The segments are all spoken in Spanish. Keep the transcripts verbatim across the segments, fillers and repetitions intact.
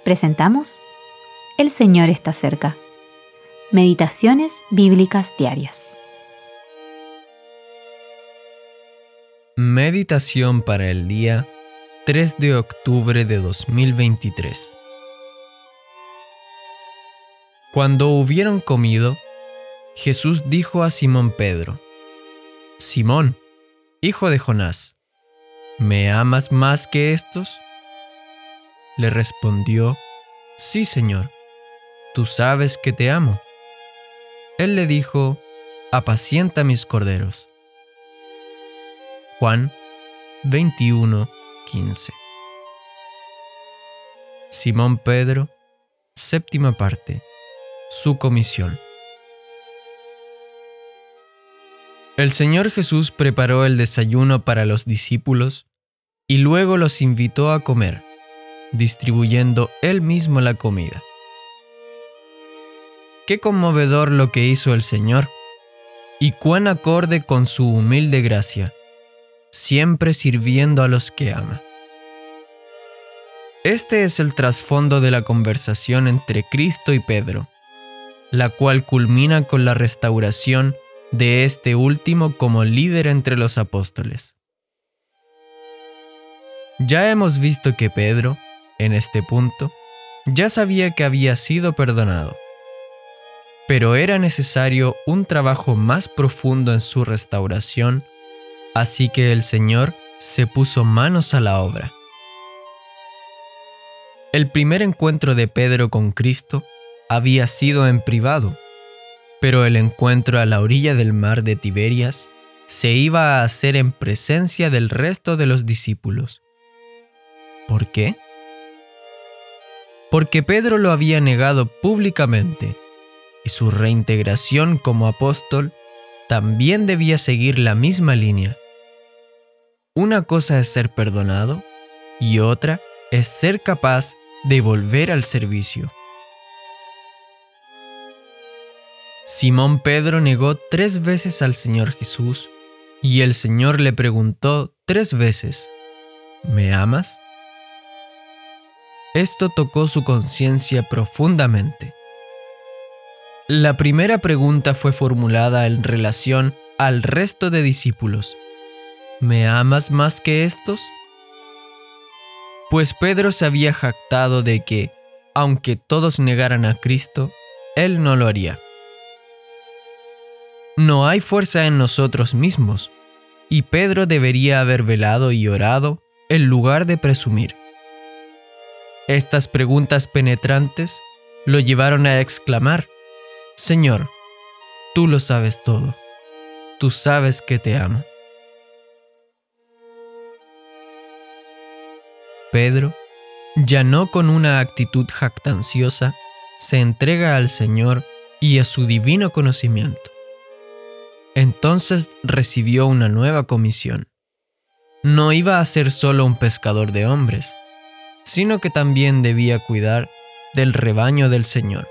presentamos El Señor está cerca. Meditaciones bíblicas diarias. Meditación para el día tres de octubre de dos mil veintitrés. Cuando hubieron comido, Jesús dijo a Simón Pedro: Simón, hijo de Jonás, ¿me amas más que estos? Le respondió: Sí, Señor, tú sabes que te amo. Él le dijo: Apacienta mis corderos. Juan veintiuno, quince. Simón Pedro, séptima parte, su comisión. El Señor Jesús preparó el desayuno para los discípulos y luego los invitó a comer, distribuyendo Él mismo la comida. Qué conmovedor lo que hizo el Señor, y cuán acorde con su humilde gracia, siempre sirviendo a los que ama. Este es el trasfondo de la conversación entre Cristo y Pedro, la cual culmina con la restauración de este último como líder entre los apóstoles. Ya hemos visto que Pedro, en este punto, ya sabía que había sido perdonado, pero era necesario un trabajo más profundo en su restauración, así que el Señor se puso manos a la obra. El primer encuentro de Pedro con Cristo había sido en privado, pero el encuentro a la orilla del mar de Tiberias se iba a hacer en presencia del resto de los discípulos. ¿Por qué? Porque Pedro lo había negado públicamente, y su reintegración como apóstol también debía seguir la misma línea. Una cosa es ser perdonado y otra es ser capaz de volver al servicio. Simón Pedro negó tres veces al Señor Jesús y el Señor le preguntó tres veces: ¿Me amas? Esto tocó su conciencia profundamente. La primera pregunta fue formulada en relación al resto de discípulos: ¿Me amas más que estos? Pues Pedro se había jactado de que, aunque todos negaran a Cristo, él no lo haría. No hay fuerza en nosotros mismos, y Pedro debería haber velado y orado en lugar de presumir. Estas preguntas penetrantes lo llevaron a exclamar: Señor, tú lo sabes todo, tú sabes que te amo. Pedro, ya no con una actitud jactanciosa, se entrega al Señor y a su divino conocimiento. Entonces recibió una nueva comisión. No iba a ser solo un pescador de hombres, sino que también debía cuidar del rebaño del Señor.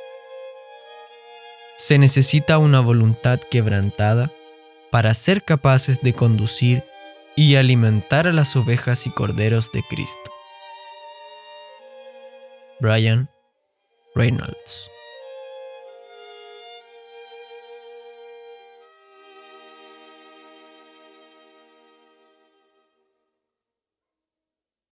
Se necesita una voluntad quebrantada para ser capaces de conducir y alimentar a las ovejas y corderos de Cristo. Brian Reynolds.